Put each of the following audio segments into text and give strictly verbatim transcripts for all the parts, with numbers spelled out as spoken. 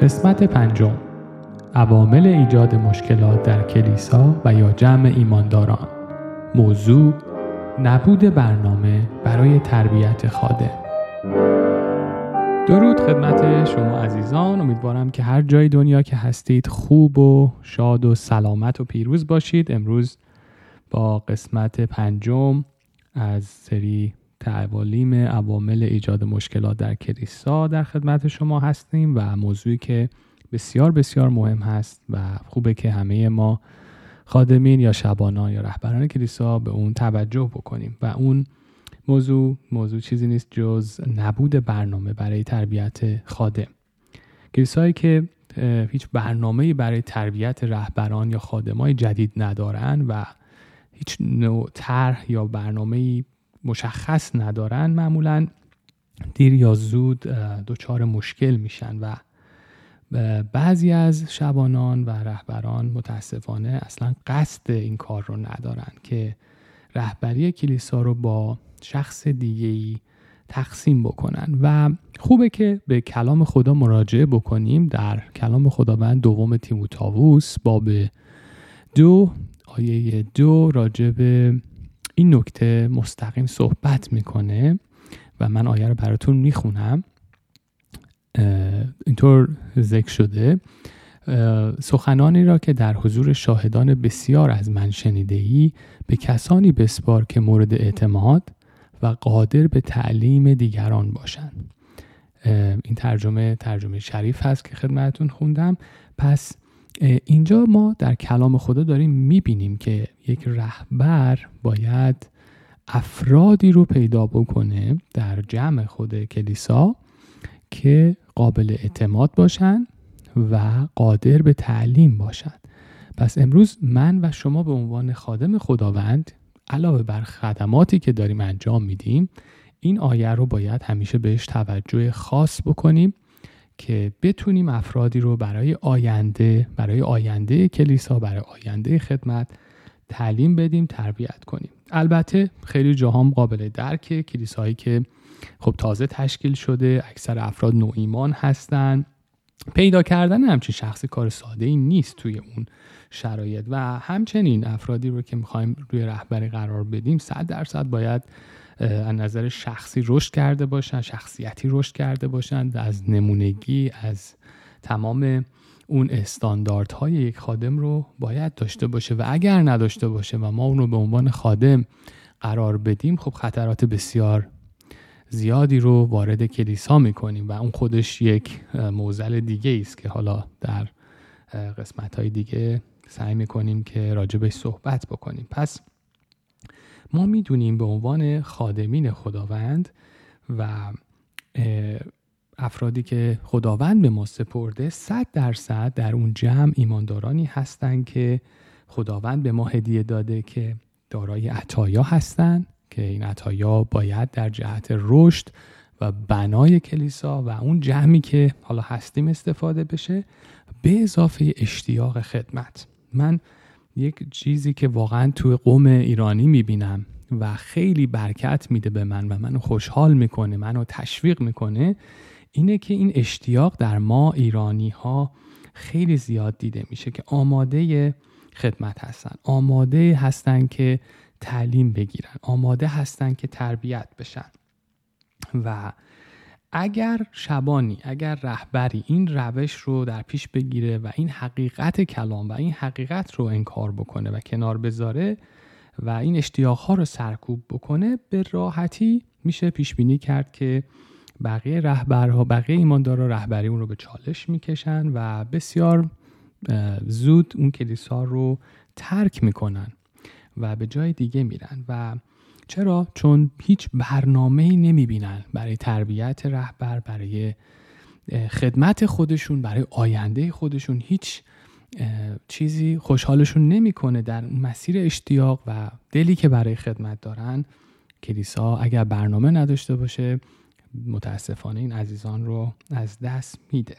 قسمت پنجم، عوامل ایجاد مشکلات در کلیسا و یا جمع ایمانداران. موضوع: نبود برنامه برای تربیت خادم. درود خدمت شما عزیزان، امیدوارم که هر جای دنیا که هستید خوب و شاد و سلامت و پیروز باشید. امروز با قسمت پنجم از سری تعالیم عوامل ایجاد مشکلات در کلیسا در خدمت شما هستیم و موضوعی که بسیار بسیار مهم هست و خوبه که همه ما خادمین یا شبانان یا رهبران کلیسا به اون توجه بکنیم و اون موضوع موضوع چیزی نیست جز نبود برنامه برای تربیت خادم. کلیسایی که هیچ برنامه‌ای برای تربیت رهبران یا خادمای جدید ندارن و هیچ نوع طرح یا برنامه‌ای مشخص ندارن، معمولاً دیر یا زود دچار مشکل میشن و بعضی از شبانان و رهبران متاسفانه اصلا قصد این کار رو ندارن که رهبری کلیسا رو با شخص دیگه‌ای تقسیم بکنن و خوبه که به کلام خدا مراجعه بکنیم. در کلام خداوند دوم تیموتائوس باب دو آیه دو راجع به این نکته مستقیم صحبت میکنه و من آیه رو براتون میخونم. اینطور ذکر شده: سخنانی را که در حضور شاهدان بسیار از من شنیده‌ای به کسانی بسپار که مورد اعتماد و قادر به تعلیم دیگران باشند. این ترجمه ترجمه شریف هست که خدمتتون خوندم. پس اینجا ما در کلام خدا داریم میبینیم که یک رهبر باید افرادی رو پیدا بکنه در جمع خود کلیسا که قابل اعتماد باشن و قادر به تعلیم باشن. پس امروز من و شما به عنوان خادم خداوند علاوه بر خدماتی که داریم انجام میدیم، این آیه رو باید همیشه بهش توجه خاص بکنیم که بتونیم افرادی رو برای آینده برای آینده کلیسا برای آینده خدمت تعلیم بدیم، تربیت کنیم. البته خیلی جاها قابل درکه، کلیسایی که خب تازه تشکیل شده، اکثر افراد نوایمان هستن، پیدا کردن همچین شخصی کار ساده ای نیست توی اون شرایط و همچنین افرادی رو که میخوایم روی رهبری قرار بدیم صد درصد باید از نظر شخصی رشد کرده باشن، شخصیتی رشد کرده باشن، از نمونگی، از تمام اون استانداردهای یک خادم رو باید داشته باشه و اگر نداشته باشه و ما اون رو به عنوان خادم قرار بدیم، خب خطرات بسیار زیادی رو وارد کلیسا میکنیم و اون خودش یک معضل دیگه است که حالا در قسمت‌های دیگه سعی میکنیم که راجبش صحبت بکنیم. پس ما میدونیم به عنوان خادمین خداوند و افرادی که خداوند به ما سپرده، صد درصد در اون جمع ایماندارانی هستن که خداوند به ما هدیه داده که دارای عطایا هستن که این عطایا باید در جهت رشد و بنای کلیسا و اون جمعی که حالا هستیم استفاده بشه، به اضافه اشتیاق خدمت. من یک چیزی که واقعا توی قوم ایرانی میبینم و خیلی برکت میده به من و منو خوشحال میکنه، منو تشویق میکنه، اینه که این اشتیاق در ما ایرانی ها خیلی زیاد دیده میشه که آماده خدمت هستن، آماده هستن که تعلیم بگیرن، آماده هستن که تربیت بشن. و اگر شبانی، اگر رهبری این روش رو در پیش بگیره و این حقیقت کلام و این حقیقت رو انکار بکنه و کنار بذاره و این اشتیاقها رو سرکوب بکنه، به راحتی میشه پیش بینی کرد که بقیه رهبرها، بقیه ایماندارا رهبری اون رو به چالش میکشن و بسیار زود اون کلیسا رو ترک میکنن و به جای دیگه میرن. و چرا؟ چون هیچ برنامه‌ای نمیبینن برای تربیت رهبر، برای خدمت خودشون، برای آینده خودشون. هیچ چیزی خوشحالشون نمیکنه در مسیر اشتیاق و دلی که برای خدمت دارن. کلیسا اگر برنامه نداشته باشه، متاسفانه این عزیزان رو از دست میده.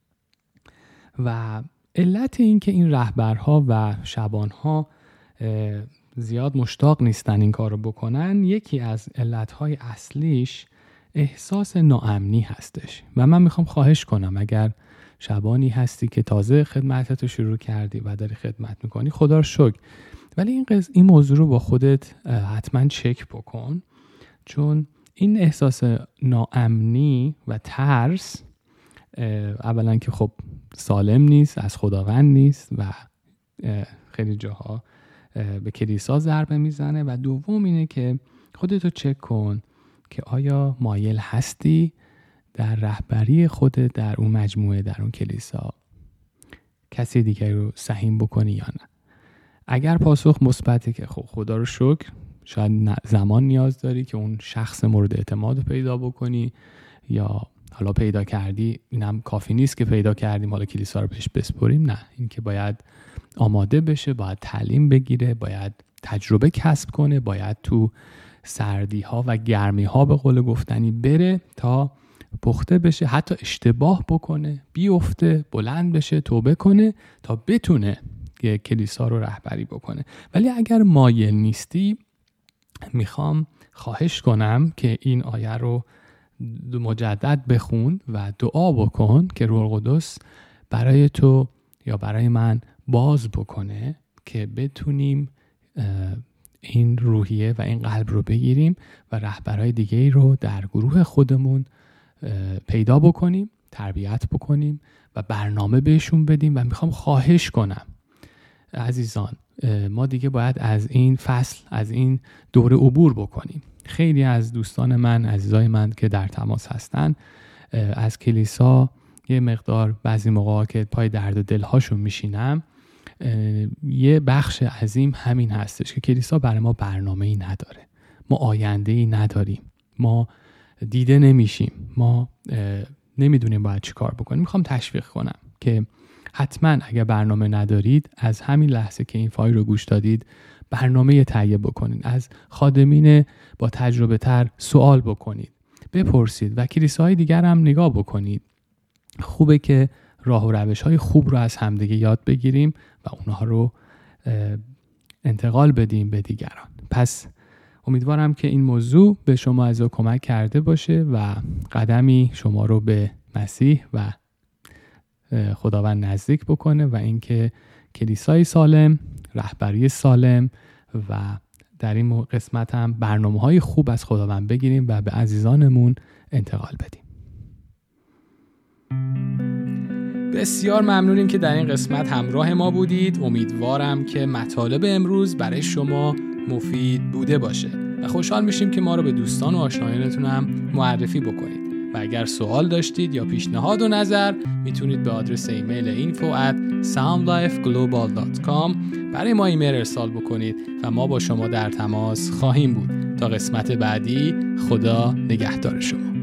و علت این که این رهبرها و شبانها زیاد مشتاق نیستن این کارو بکنن، یکی از علتهای اصلیش احساس ناامنی هستش. و من میخوام خواهش کنم اگر شبانی هستی که تازه خدمتت رو شروع کردی و داری خدمت میکنی، خدا رو شکر. ولی این قض... این موضوع رو با خودت حتما چک بکن، چون این احساس ناامنی و ترس اولا که خب سالم نیست، از خداوند نیست و خیلی جاها به کلیسا ضربه میزنه. و دوم اینه که خودتو چک کن که آیا مایل هستی در رهبری خودت در اون مجموعه، در اون کلیسا کسی دیگه رو سهیم بکنی یا نه. اگر پاسخ مثبته که خب خدا رو شکر، شاید زمان نیاز داری که اون شخص مورد اعتماد رو پیدا بکنی، یا حالا پیدا کردی اینم کافی نیست که پیدا کردیم حالا کلیسا رو بهش بسپریم، نه، این که باید آماده بشه، باید تعلیم بگیره، باید تجربه کسب کنه، باید تو سردی ها و گرمی ها به قول گفتنی بره تا پخته بشه، حتی اشتباه بکنه، بیفته، بلند بشه، توبه کنه تا بتونه که کلیسا رو رهبری بکنه. ولی اگر مایل نیستی، میخوام خواهش کنم که این آیه رو مجدد بخون و دعا بکن که روح القدس برای تو یا برای من باز بکنه که بتونیم این روحیه و این قلب رو بگیریم و رهبرای دیگه‌ای رو در گروه خودمون پیدا بکنیم، تربیت بکنیم و برنامه بهشون بدیم. و میخوام خواهش کنم عزیزان، ما دیگه باید از این فصل، از این دوره عبور بکنیم. خیلی از دوستان من، عزیزای من که در تماس هستن، از کلیسا یه مقدار بعضی موقعا که پای درد و دلهاشون میشینم، یه بخش عظیم همین هستش که کلیسا برای ما برنامه‌ای نداره، ما آینده‌ای نداریم، ما دیده نمیشیم، ما نمیدونیم باید چی کار بکنیم. میخوام تشویق کنم که حتما اگر برنامه ندارید، از همین لحظه که این فایل رو گوش دادید برنامه تهیه بکنید، از خادمین با تجربه تر سوال بکنید، بپرسید و کلیساهای دیگر هم نگاه بکنید. خوبه که راه و روش های خوب رو از همدیگه یاد بگیریم و اونها رو انتقال بدیم به دیگران. پس امیدوارم که این موضوع به شما از کمک کرده باشه و قدمی شما رو به مسیح و خداوند نزدیک بکنه و اینکه کلیسای سالم، رهبری سالم و در این قسمت هم برنامه‌های خوب از خداوند بگیریم و به عزیزانمون انتقال بدیم. بسیار ممنونیم که در این قسمت همراه ما بودید. امیدوارم که مطالب امروز برای شما مفید بوده باشه و خوشحال میشیم که ما رو به دوستان و آشنایانتون هم معرفی بکنید. و اگر سوال داشتید یا پیشنهاد و نظر، میتونید به آدرس ایمیل info at soundlifeglobal dot com برای ما ایمیل ارسال بکنید و ما با شما در تماس خواهیم بود. تا قسمت بعدی، خدا نگهدار شما.